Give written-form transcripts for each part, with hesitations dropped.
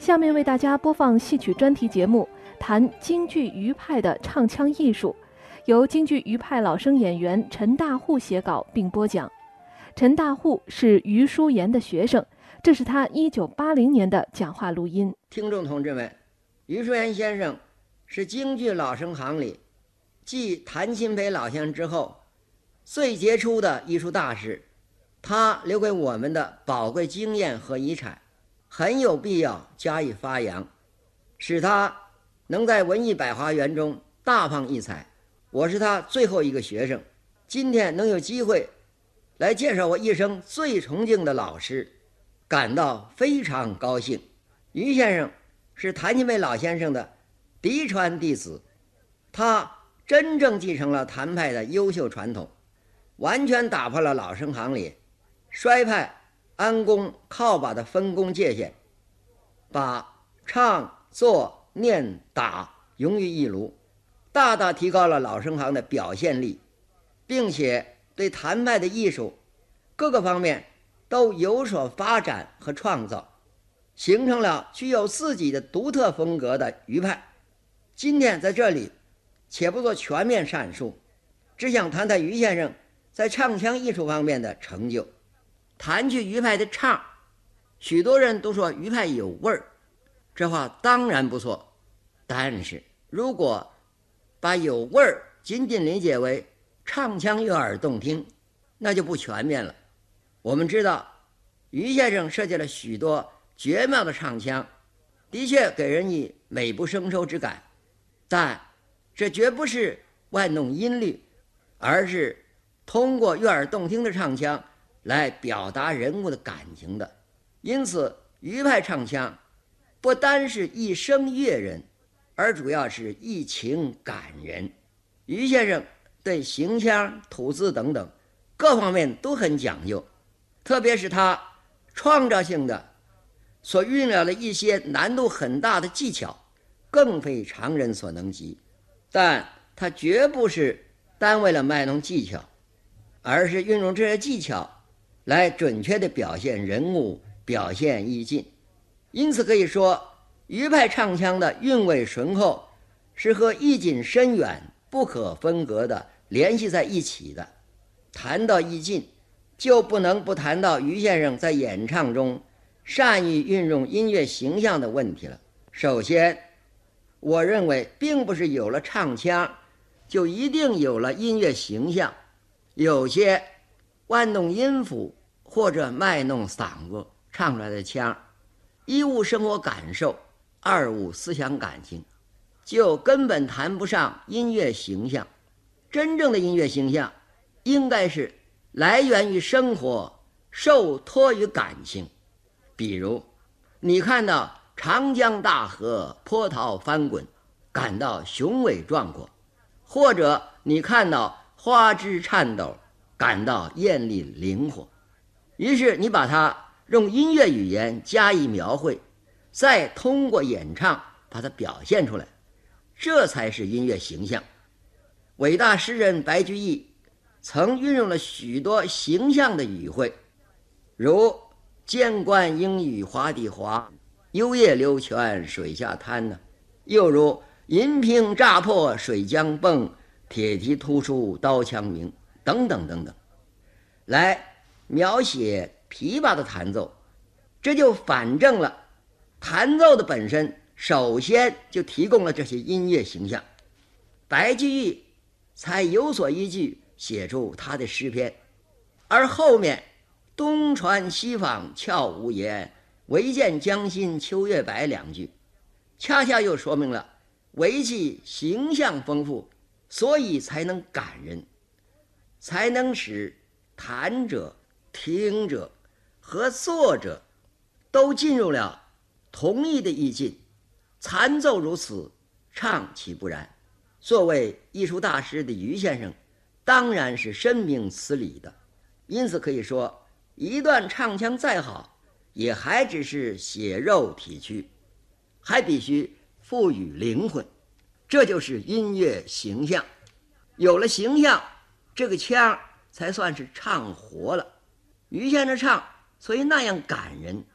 下面为大家播放戏曲专题节目，谈京剧余派的唱腔艺术，由京剧余派老生演员陈大户写稿并播讲。陈大户是余淑妍的学生，这是他1980年的讲话录音。 听众同志们，余淑妍先生是京剧老生行里继谭鑫培老先生之后最杰出的艺术大师，他留给我们的宝贵经验和遗产很有必要加以发扬，使他能在文艺百花园中大放异彩。我是他最后一个学生，今天能有机会来介绍我一生最崇敬的老师，感到非常高兴。余先生是谭鑫培老先生的嫡传弟子，他真正继承了谭派的优秀传统，完全打破了老生行里衰派安功靠把的分工界限，把唱做念打融于一炉，大大提高了老生行的表现力，并且对谭派的艺术各个方面都有所发展和创造，形成了具有自己的独特风格的余派。今天在这里且不做全面阐述，只想谈谈余先生在唱腔艺术方面的成就。谈去余派的唱，许多人都说余派有味儿，这话当然不错，但是如果把有味儿仅仅理解为唱腔悦耳动听，那就不全面了。我们知道余先生设计了许多绝妙的唱腔，的确给人以美不胜收之感，但这绝不是玩弄音律，而是通过悦耳动听的唱腔来表达人物的感情的。因此余派唱腔不单是一声悦人，而主要是一情感人。余先生对行腔吐字等等各方面都很讲究，特别是他创造性的所运用的一些难度很大的技巧，更非常人所能及。但他绝不是单为了卖弄技巧，而是运用这些技巧来准确地表现人物，表现意境。因此可以说余派唱腔的韵味醇厚是和意境深远不可分割地联系在一起的。谈到意境，就不能不谈到余先生在演唱中善于运用音乐形象的问题了。首先，我认为并不是有了唱腔就一定有了音乐形象，有些玩弄音符或者卖弄嗓子唱出来的腔，一无生活感受，二无思想感情，就根本谈不上音乐形象。真正的音乐形象应该是来源于生活，受托于感情。比如你看到长江大河波涛翻滚，感到雄伟壮阔，或者你看到花枝颤抖，感到艳丽灵活。于是你把它用音乐语言加以描绘，再通过演唱把它表现出来，这才是音乐形象。伟大诗人白居易曾运用了许多形象的语汇，如间关莺语华地华，幽咽流泉水下滩又如银瓶乍破水浆迸，铁蹄突出刀枪鸣等等等等，来描写琵琶的弹奏。这就反证了弹奏的本身首先就提供了这些音乐形象，白居易才有所依据写出他的诗篇。而后面东船西舫悄无言，唯见江心秋月白两句，恰恰又说明了为其形象丰富，所以才能感人，才能使弹者听者和作者都进入了同一的意境。弹奏如此，唱岂不然？作为艺术大师的余先生当然是深明此理的。因此可以说，一段唱腔再好，也还只是血肉体躯，还必须赋予灵魂，这就是音乐形象。有了形象，这个腔才算是唱活了。余先生唱所以那样感人，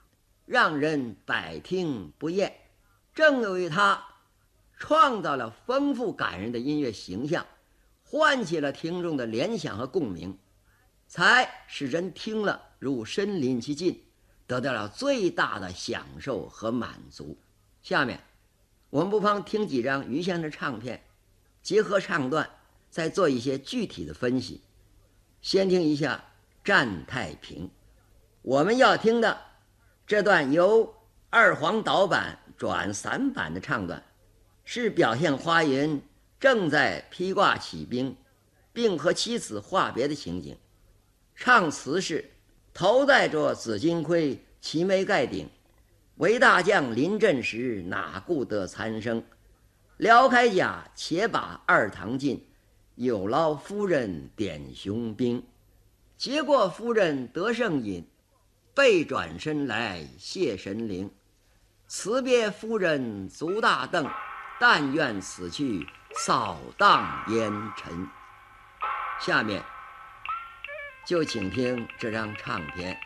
让人百听不厌。正由于他创造了丰富感人的音乐形象，唤起了听众的联想和共鸣，才使人听了如身临其境，得到了最大的享受和满足。下面我们不妨听几张于先生的唱片，结合唱段再做一些具体的分析。先听一下《战太平》。我们要听的这段由二黄导板转散板的唱段，是表现花云正在披挂起兵，并和妻子话别的情景。唱词是：头戴着紫金盔，齐眉盖顶，为大将临阵时，哪顾得残生？撩开甲，且把二堂进，有劳夫人点雄兵。结果夫人得胜饮，背转身来谢神灵。辞别夫人足大邓，但愿此去扫荡烟尘。下面就请听这张唱片。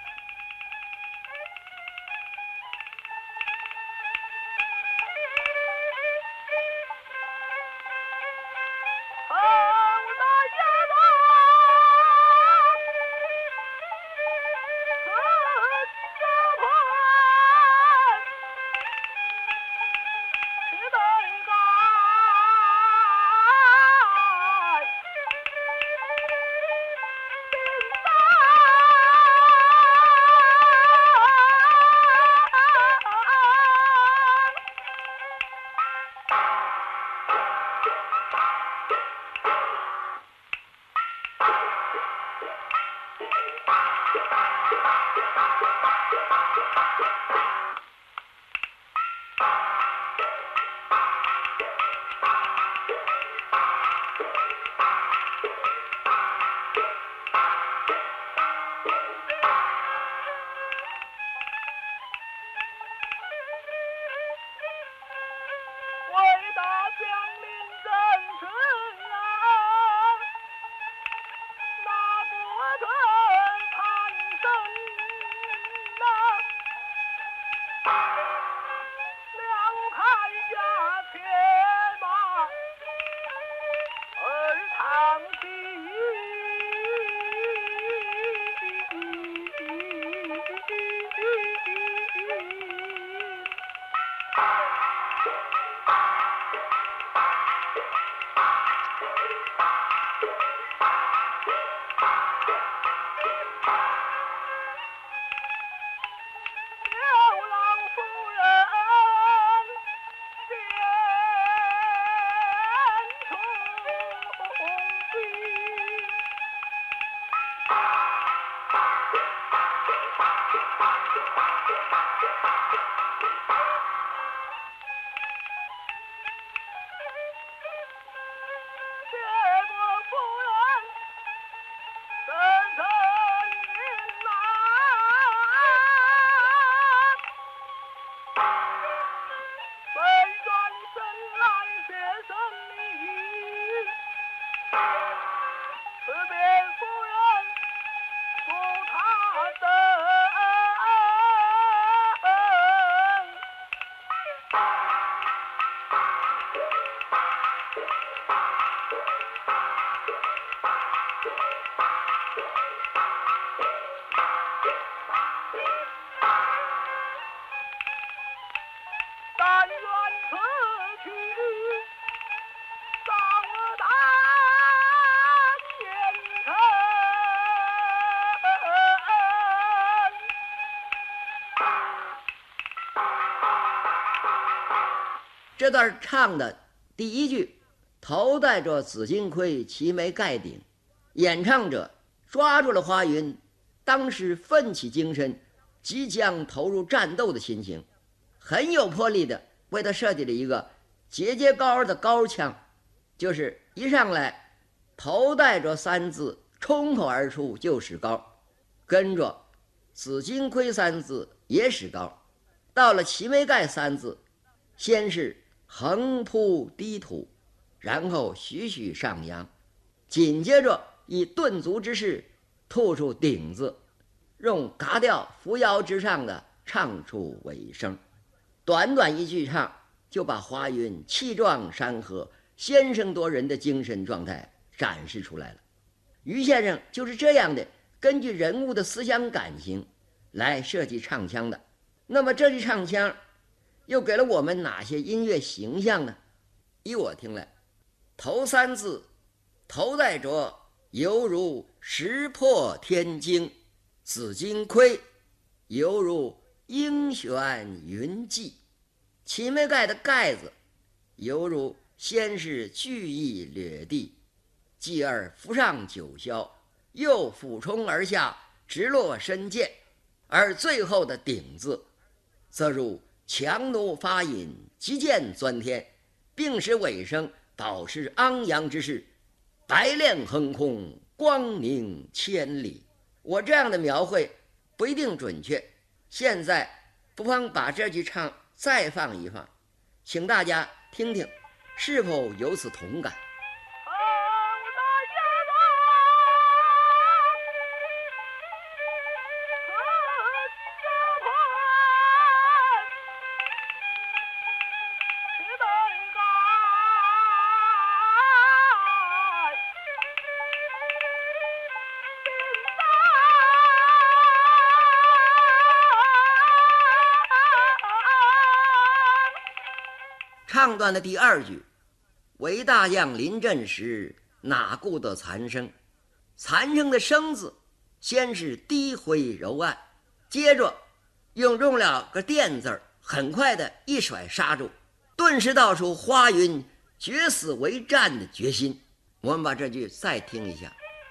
这段唱的第一句头戴着紫金盔，齐眉盖顶，演唱者抓住了花云当时奋起精神即将投入战斗的心情，很有魄力的为他设计了一个节节高的高腔，就是一上来头戴着三字冲口而出就使高，跟着紫金盔三字也使高，到了齐眉盖三字先是横扑低吐，然后徐徐上扬，紧接着以顿足之势吐出顶字，用嘎调扶摇之上的唱出尾声。短短一句唱，就把华云气壮山河、先声夺人的精神状态展示出来了。于先生就是这样的根据人物的思想感情来设计唱腔的。那么这句唱腔又给了我们哪些音乐形象呢？依我听来，头三字头在着，犹如石破天惊，紫金盔，犹如鹰旋云际，齐眉盖的盖子，犹如先是巨翼掠地，继而浮上九霄，又俯冲而下，直落深涧，而最后的顶字，则如强弩发引，急箭钻天，并使尾声保持昂扬之势，白练横空，光明千里。我这样的描绘不一定准确，现在不妨把这句唱再放一放，请大家听听是否有此同感。唱段的第二句，为大将临阵时，哪顾得残声。残声的声字先是低回柔按，接着用了个电字，很快的一甩刹住，顿时道出花云决死为战的决心。我们把这句再听一下。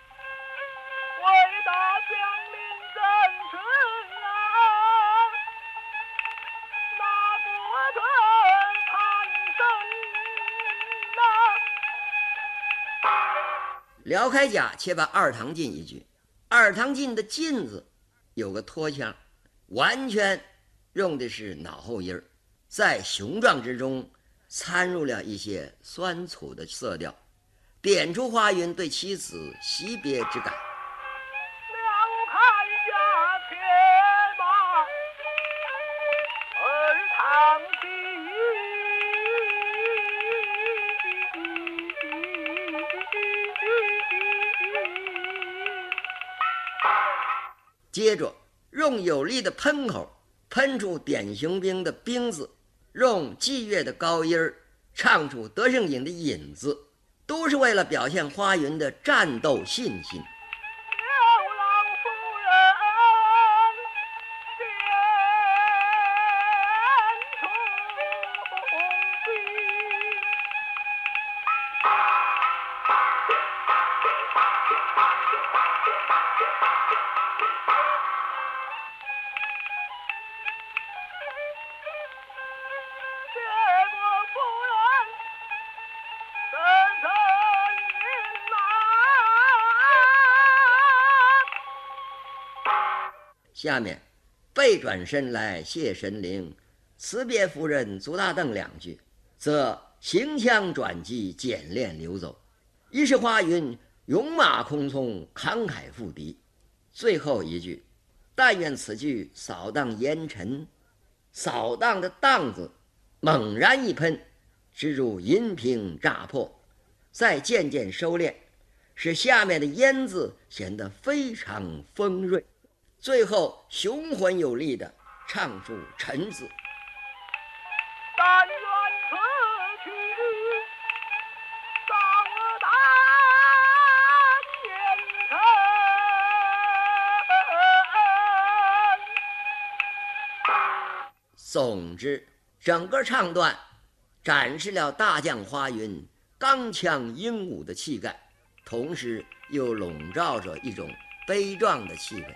辽开甲且把二堂进一句，二堂进的进字有个拖腔，完全用的是脑后音，在雄壮之中掺入了一些酸楚的色调，点出花云对妻子惜别之感。接着用有力的喷口喷出典雄兵的兵字，用激越的高音唱出德胜引的引字，都是为了表现花云的战斗信心。下面背转身来谢神灵，辞别夫人足大凳两句，则行枪转机，简练流走。一是花云勇马空匆，慷慨赴敌。最后一句，但愿此句扫荡烟尘，扫荡的荡字猛然一喷，直入银瓶炸破，再渐渐收敛，使下面的烟字显得非常锋锐，最后雄浑有力地唱出沉字。但愿此曲扫荡烟尘。总之，整个唱段展示了大将花云刚强英武的气概，同时又笼罩着一种悲壮的气氛。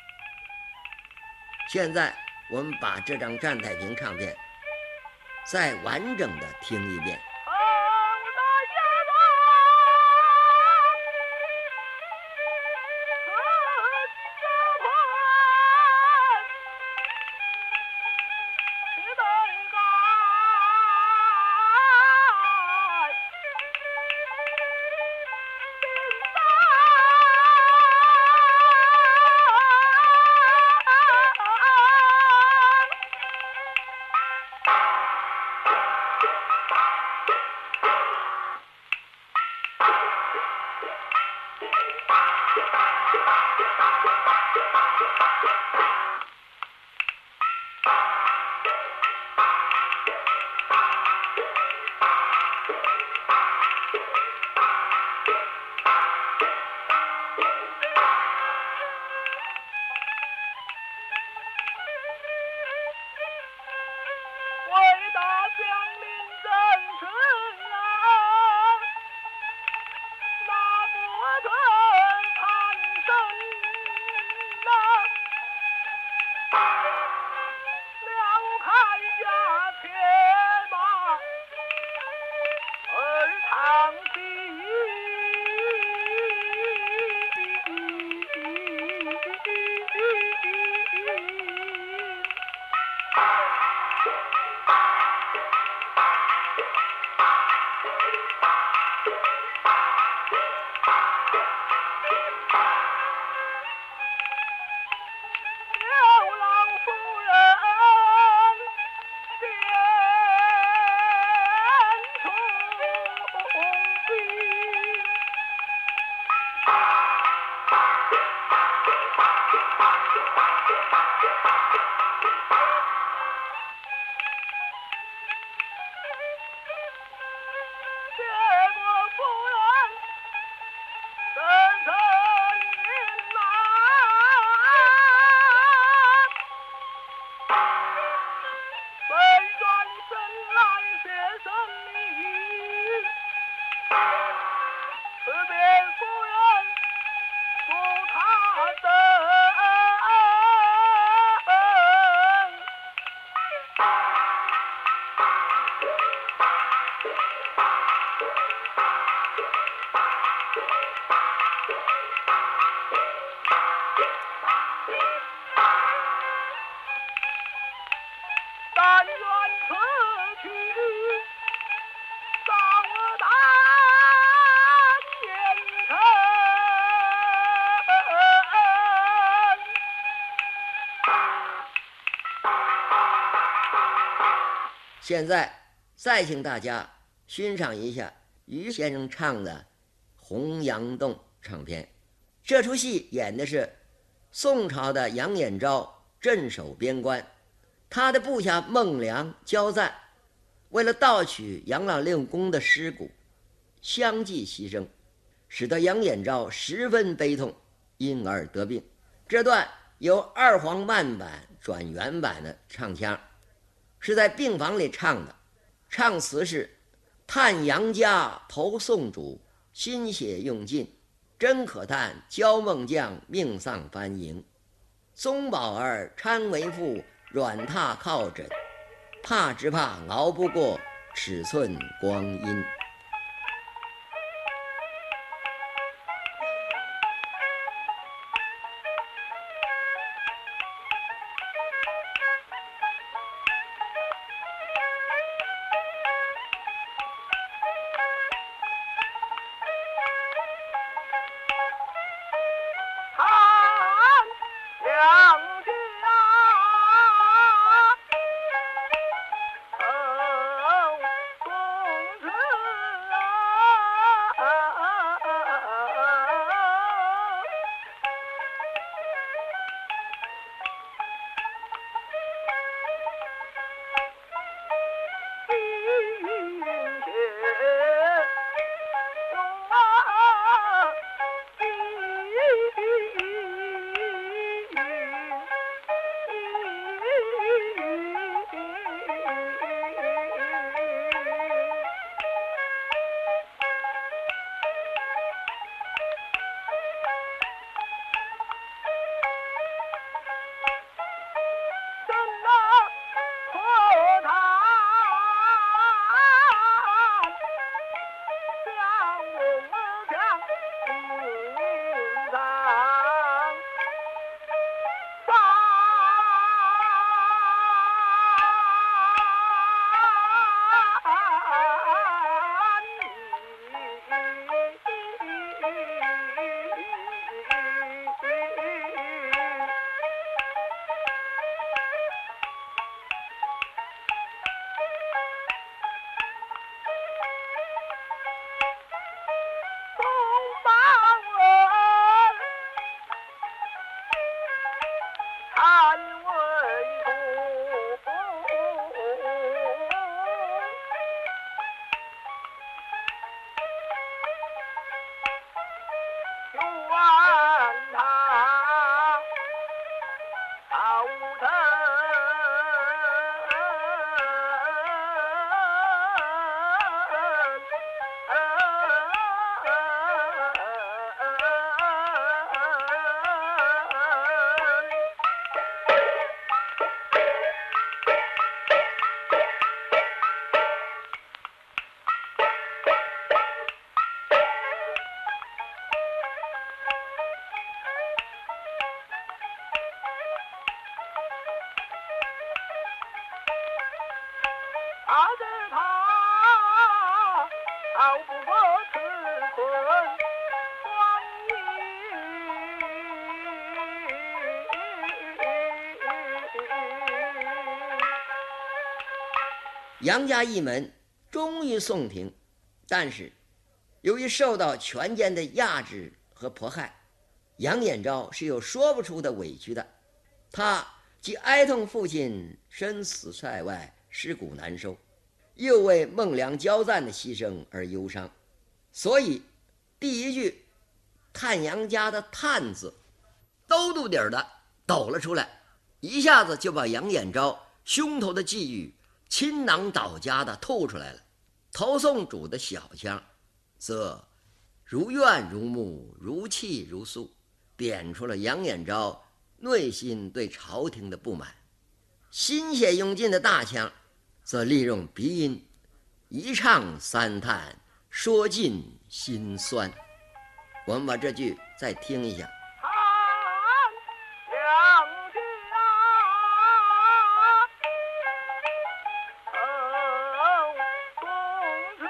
现在我们把这张战太平唱片再完整的听一遍。 大将领真是啊，那国尊看神呐，两开家铁马儿堂弟。刘郎夫人点出兵，结果夫人深深饮呐，遂转身来谢神明，辞别夫人扶他登。但愿此去上丹烟尘， 现在再请大家欣赏一下于先生唱的《洪阳洞》唱片。这出戏演的是宋朝的杨延昭镇守边关，他的部下孟良、焦赞为了盗取杨老令公的尸骨，相继牺牲，使得杨延昭十分悲痛，因而得病。这段由二黄慢版转原版的唱腔，是在病房里唱的，唱词是：叹杨家投宋主，心血用尽，真可叹焦孟将命丧番营。宗宝儿搀为父，软榻靠枕，怕只怕熬不过尺寸光阴。 看梁家怕得他逃不过此困，光阴。 杨家一门终于送停，但是由于受到权奸的压制和迫害，杨延昭是有说不出的委屈的。他既哀痛父亲身死塞外，尸骨难收，又为孟良交赞的牺牲而忧伤，所以第一句叹杨家的叹字兜肚底的抖了出来，一下子就把杨延昭胸头的际遇倾囊倒夹的吐出来了。投送主的小腔则如怨如慕，如泣如诉，点出了杨延昭内心对朝廷的不满。心血涌尽的大腔则利用鼻音，一唱三叹，说尽心酸。我们把这句再听一下。 叹两句公子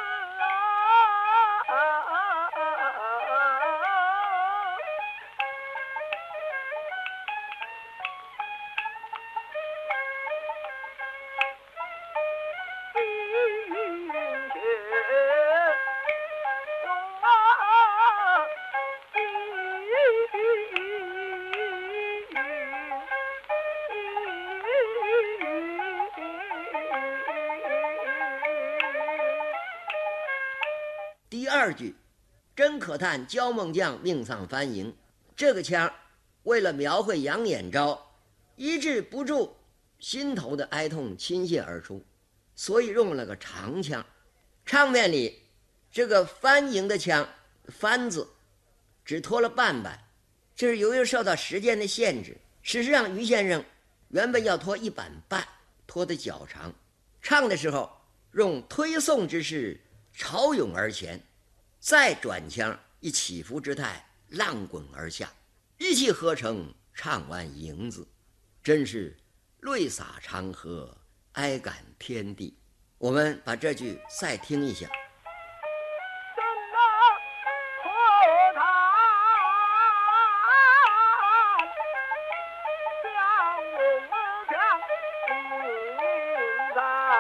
第二句真可叹焦孟将命丧藩营，这个腔为了描绘杨延昭抑制不住心头的哀痛倾泻而出，所以用了个长腔。唱片里这个藩营的腔藩字只拖了半板，这是由于受到时间的限制。事实上于先生原本要拖1板半，拖得较长，唱的时候用推送之势潮涌而前，再转腔以起伏之态浪滚而下，一气呵成唱完营字，真是泪洒长河，哀感天地。我们把这句再听一下。 怎么可叹将我将命丧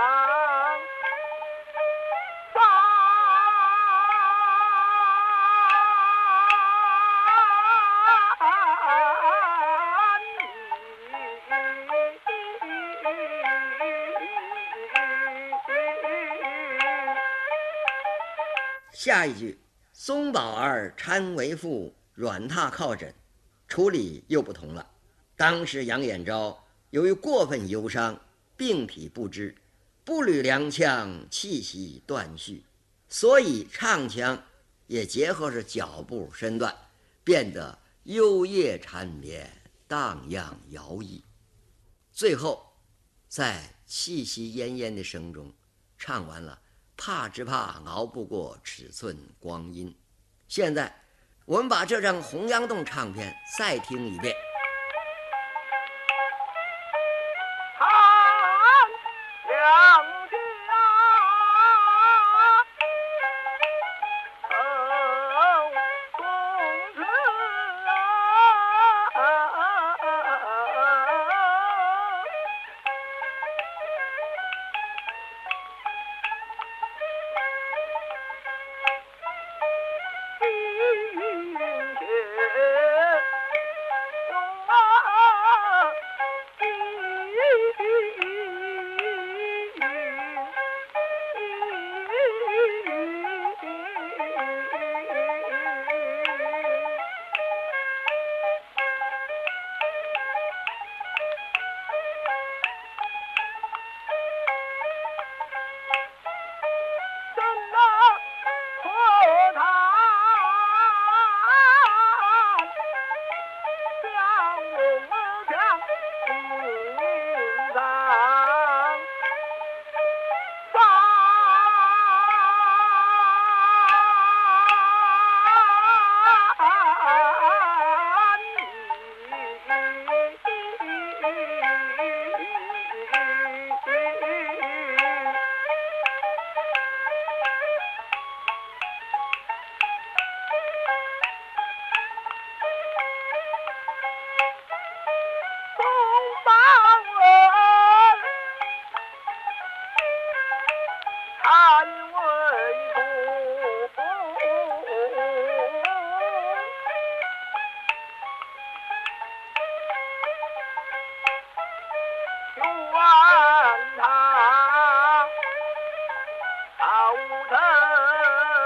下一句松宝儿搀为妇，软榻靠枕，处理又不同了。当时杨延昭由于过分忧伤，病体不支，步履踉跄，气息断续，所以唱腔也结合着脚步身段，变得幽咽缠绵，荡漾摇曳。最后在气息奄奄的声中唱完了怕只怕熬不过尺寸光阴。现在我们把这张《洪崖洞》唱片再听一遍。 叹两句公子云雪中叹为苦，怨他无疼。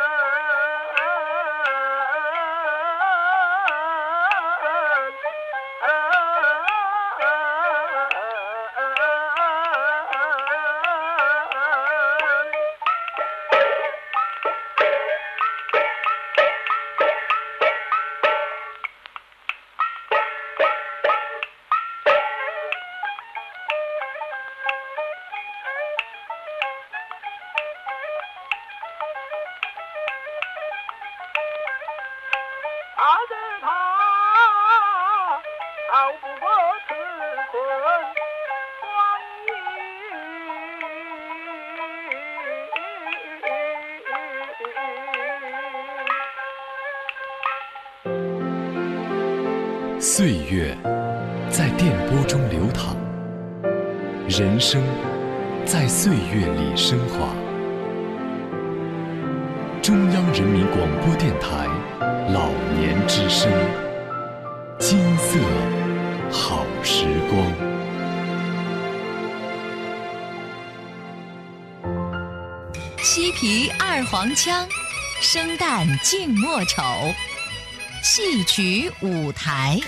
他的他逃不过此困荒野。岁月在电波中流淌，人生在岁月里升华。中央人民广播电台老年之声，金色好时光。 西皮二黄腔，生旦净末丑，戏曲舞台。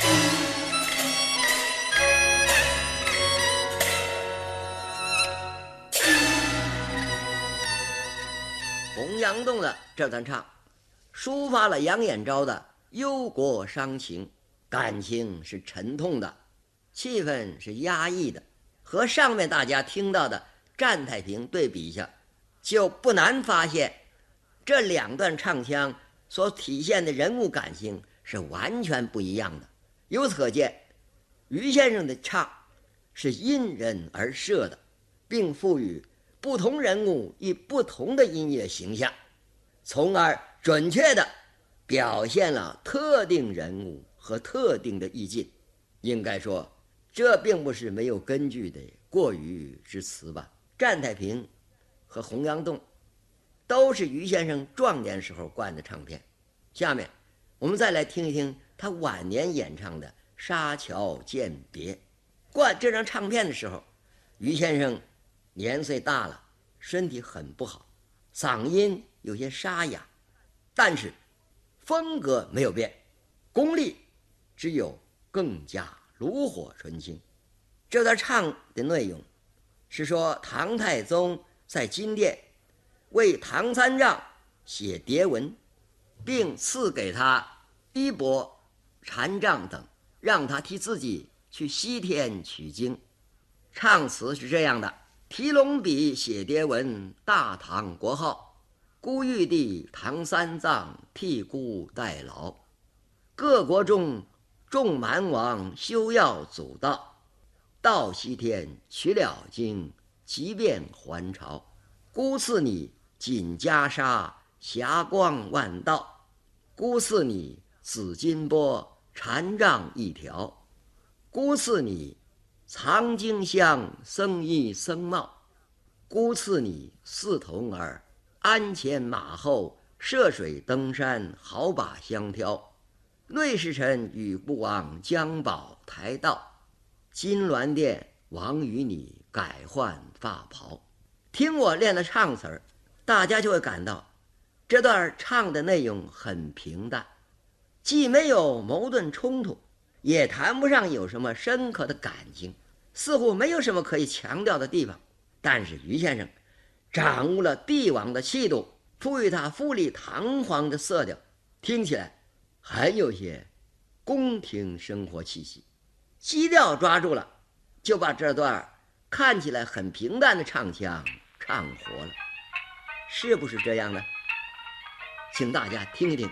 洪阳洞的这段唱，抒发了杨延昭的忧国伤情，感情是沉痛的，气氛是压抑的，和上面大家听到的战太平对比一下，就不难发现这两段唱腔所体现的人物感情是完全不一样的。由此可见，于先生的唱是因人而设的，并赋予不同人物以不同的音乐形象，从而准确地表现了特定人物和特定的意境。应该说，这并不是没有根据的过于之词吧。战太平和洪阳洞都是于先生壮年时候灌的唱片。下面我们再来听一听他晚年演唱的《沙桥饯别》。灌这张唱片的时候，于先生年岁大了，身体很不好，嗓音有些沙哑，但是风格没有变，功力只有更加炉火纯青。这段唱的内容是说，唐太宗在金殿为唐三藏写牒文，并赐给他衣帛、禅杖等，让他替自己去西天取经。唱词是这样的：提龙笔写牒文，大唐国号，孤玉帝唐三藏替孤代劳，各国中众蛮王休要阻道，到西天取了经，即便还朝。孤赐你锦袈裟，霞光万道，孤赐你紫金钵，禅杖一条，孤赐你藏经香，僧衣僧帽，孤赐你四童儿，鞍前马后，涉水登山，好把相挑。内侍臣与不王将宝台道，金銮殿王与你改换发袍。听我练的唱词儿，大家就会感到这段唱的内容很平淡，既没有矛盾冲突，也谈不上有什么深刻的感情，似乎没有什么可以强调的地方。但是于先生掌握了帝王的气度，赋予他富丽堂皇的色调，听起来很有些宫廷生活气息。基调抓住了，就把这段看起来很平淡的唱腔唱活了，是不是这样呢？请大家听一听。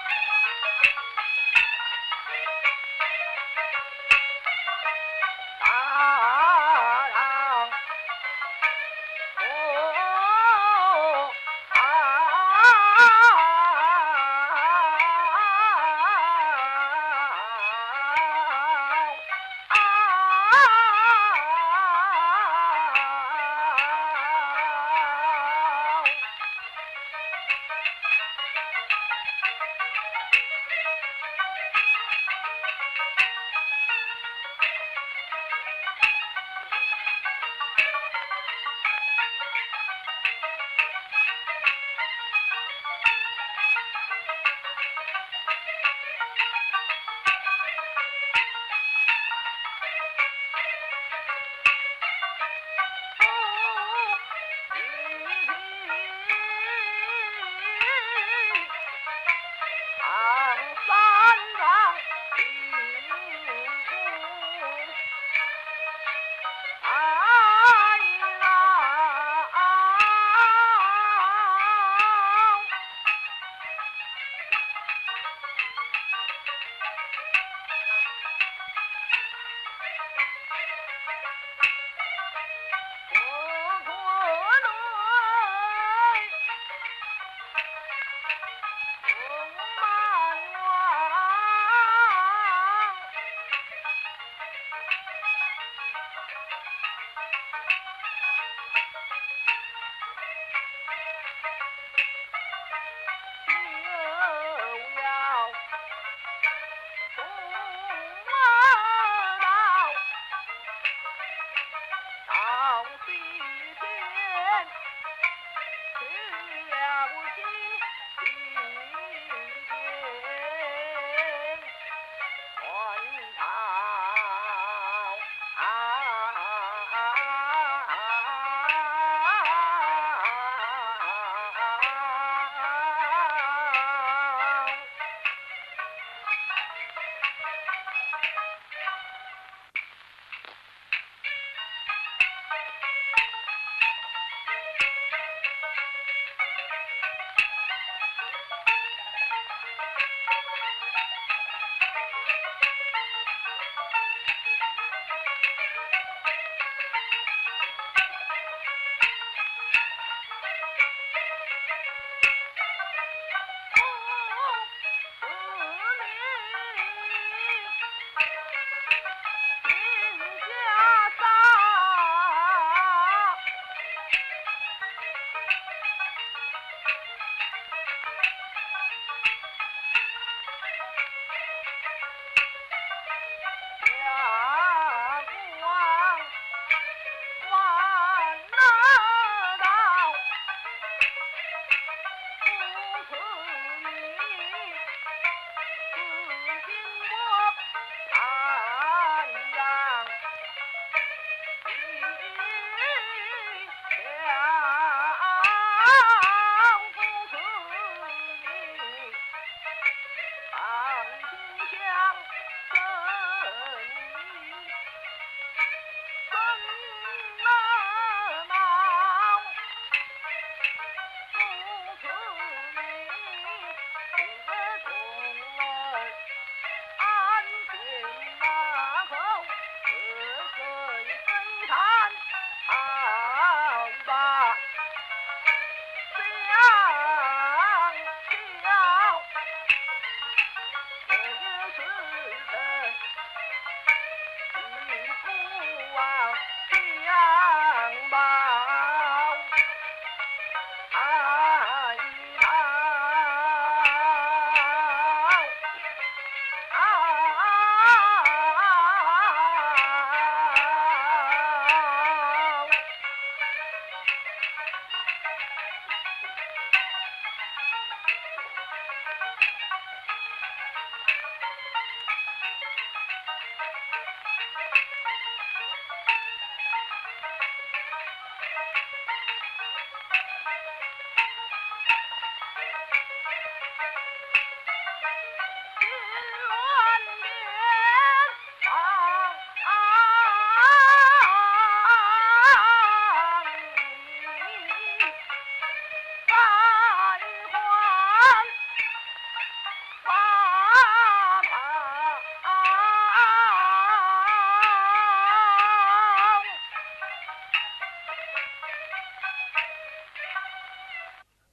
大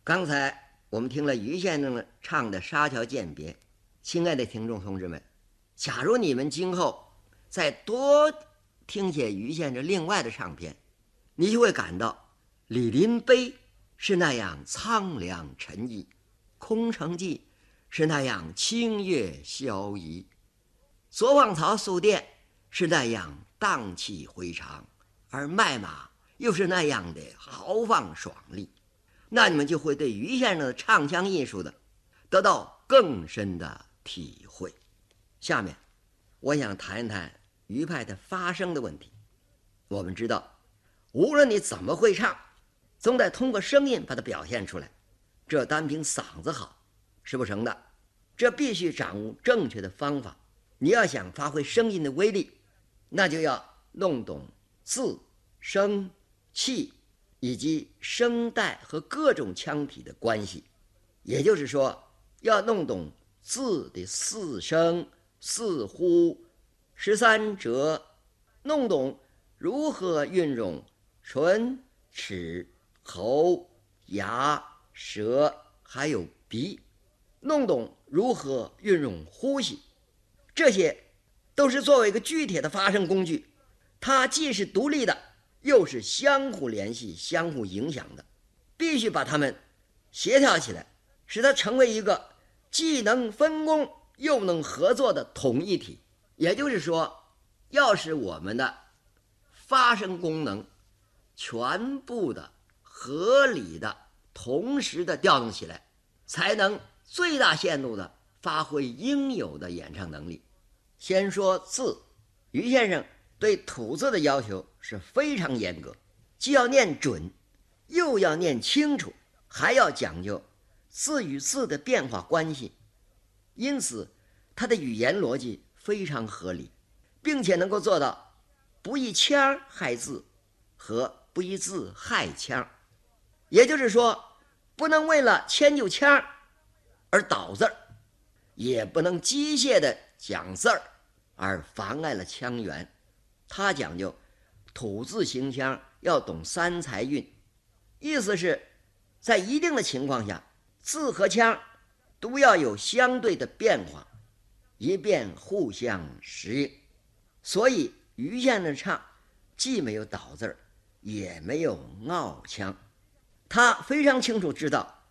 刚才我们听了于先生唱的《沙桥饯别》，亲爱的听众同志们，假如你们今后再多听些于先生另外的唱片，你就会感到李林碑是那样苍凉沉寂，空城计是那样清越萧逸，左望曹宿店是那样荡气回肠，而麦马又是那样的豪放爽利。那你们就会对于先生的唱腔艺术的得到更深的体会。下面我想谈一谈于派的发声的问题。我们知道，无论你怎么会唱，总得通过声音把它表现出来，这单凭嗓子好是不成的，这必须掌握正确的方法。你要想发挥声音的威力，那就要弄懂字、声、气以及声带和各种腔体的关系，也就是说，要弄懂字的四声、四呼、13折，弄懂如何运用唇、齿、喉、牙、舌还有鼻，弄懂如何运用呼吸，这些都是作为一个具体的发声工具，它既是独立的，又是相互联系、相互影响的，必须把它们协调起来，使它成为一个既能分工又能合作的统一体。也就是说，要使我们的发声功能全部的、合理的、同时的调动起来，才能最大限度的发挥应有的演唱能力。先说字，于先生对吐字的要求是非常严格，既要念准，又要念清楚，还要讲究字与字的变化关系，因此他的语言逻辑非常合理，并且能够做到不以腔害字和不以字害腔。也就是说，不能为了迁就腔而倒字儿，也不能机械的讲字儿而妨碍了腔源。他讲究吐字行腔要懂三才韵，意思是在一定的情况下，字和腔都要有相对的变化，以便互相适应。所以于先生唱既没有倒字儿，也没有拗腔，他非常清楚知道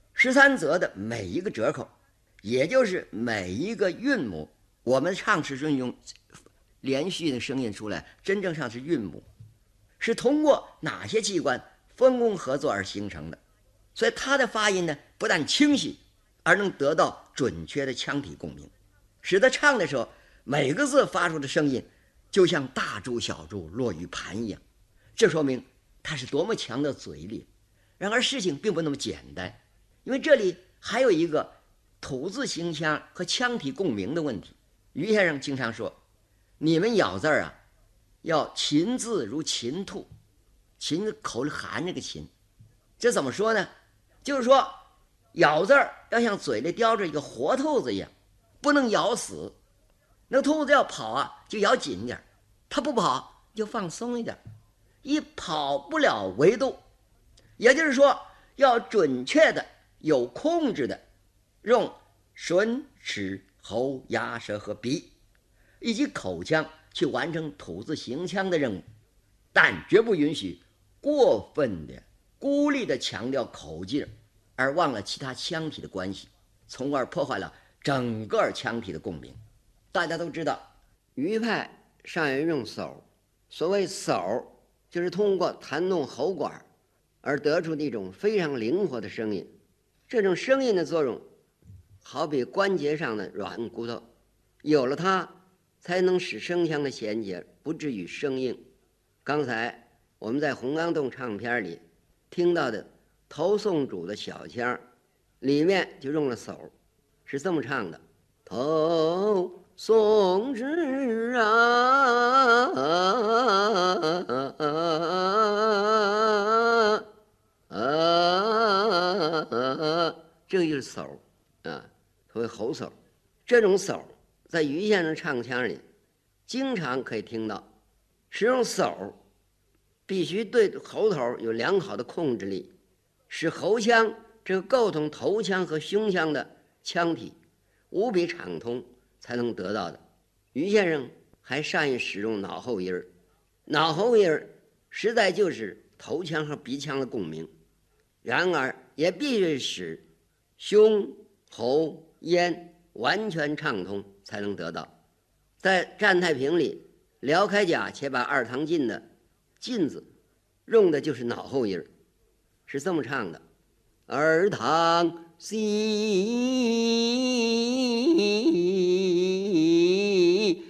13则的每一个折口，也就是每一个韵母，我们唱是运用连续的声音出来，真正上是韵母，是通过哪些器官分工合作而形成的。所以他的发音呢，不但清晰，而能得到准确的腔体共鸣，使得唱的时候每个字发出的声音就像大珠小珠落玉盘一样。这说明他是多么强的嘴力。然而事情并不那么简单，因为这里还有一个吐字行腔和腔体共鸣的问题。于先生经常说，你们咬字啊，要勤字如勤吐，勤口里含着个勤，这怎么说呢？就是说咬字要像嘴里叼着一个活兔子一样，不能咬死。那兔子要跑啊，就咬紧一点，它不跑就放松一点，以跑不了为度。也就是说，要准确的、有控制的用唇、齿、喉、牙、舌和鼻以及口腔去完成吐字行腔的任务，但绝不允许过分的、孤立的强调口径，而忘了其他腔体的关系，从而破坏了整个腔体的共鸣。大家都知道，于派善于用手，所谓手就是通过弹动喉管而得出的一种非常灵活的声音。这种声音的作用好比关节上的软骨头，有了它才能使声腔的衔接不至于生硬。刚才我们在洪刚洞唱片里听到的头宋主的小腔里面就用了手，是这么唱的：头宋之啊，这个就是手啊，所谓喉手。这种手在于先生唱腔里经常可以听到。使用手必须对喉头有良好的控制力，使喉腔这个构成头腔和胸腔的腔体无比畅通才能得到的。于先生还善于使用脑后音儿，脑后音儿实在就是头腔和鼻腔的共鸣，然而也必须使胸、喉、咽完全畅通才能得到。在占太平里，辽开甲且把二堂进的进字用的就是脑后音儿，是这么唱的：二堂心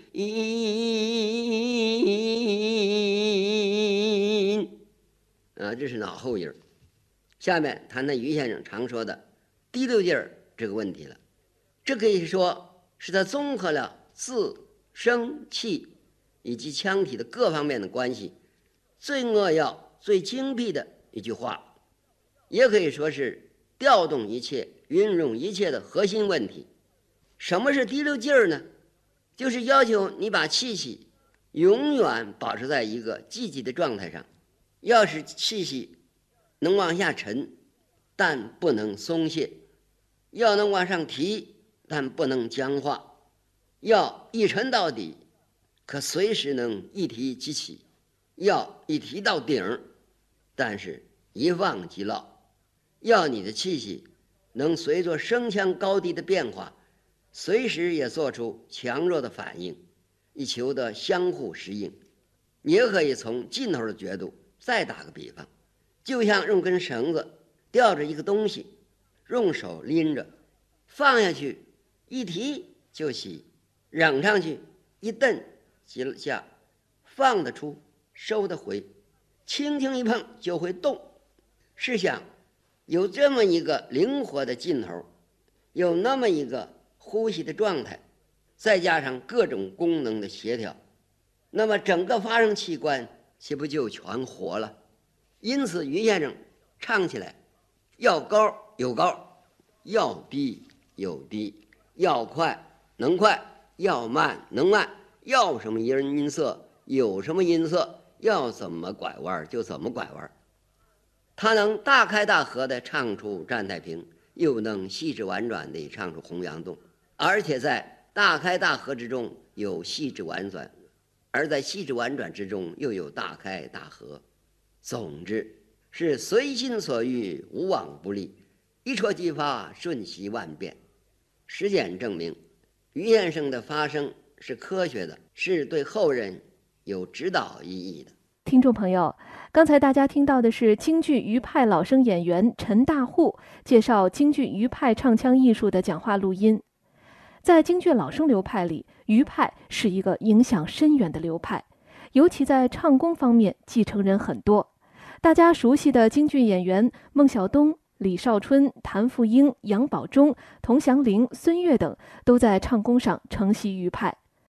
这是脑后音儿。下面谈谈于先生常说的第六劲儿这个问题了。这可以说是他综合了字、声、气以及腔体的各方面的关系，最扼要、最精辟的一句话，也可以说是调动一切、运用一切的核心问题。什么是第六劲儿呢？就是要求你把气息永远保持在一个积极的状态上，要使气息能往下沉，但不能松懈；要能往上提，但不能僵化；要一沉到底，可随时能一提即起；要一提到顶，但是一放即落；要你的气息能随着声腔高低的变化，随时也做出强弱的反应，以求得相互适应。也可以从劲头的角度再打个比方，就像用根绳子吊着一个东西，用手拎着，放下去一提就起，扔上去一蹬即下，放得出收得回，轻轻一碰就会动。试想有这么一个灵活的劲头，有那么一个呼吸的状态，再加上各种功能的协调，那么整个发声器官岂不就全活了？因此于先生唱起来要高有高，要低有低，要快能快，要慢能慢，要什么音色有什么音色，要怎么拐弯就怎么拐弯。他能大开大合地唱出占太平，又能细致婉转地唱出洪阳洞，而且在大开大合之中有细致婉转，而在细致婉转之中又有大开大合。总之是随心所欲，无往不利，一触即发，瞬息万变。实践证明，于先生的发声是科学的，是对后人有指导意义的。 听众朋友，刚才大家听到的是京剧余派老生演员陈大户介绍京剧余派唱腔艺术的讲话录音。在京剧老生流派里，余派是一个影响深远的流派，尤其在唱功方面继承人很多。大家熟悉的京剧演员孟小冬、李少春、谭富英、杨宝忠、佟祥林、孙越等都在唱功上承袭余派。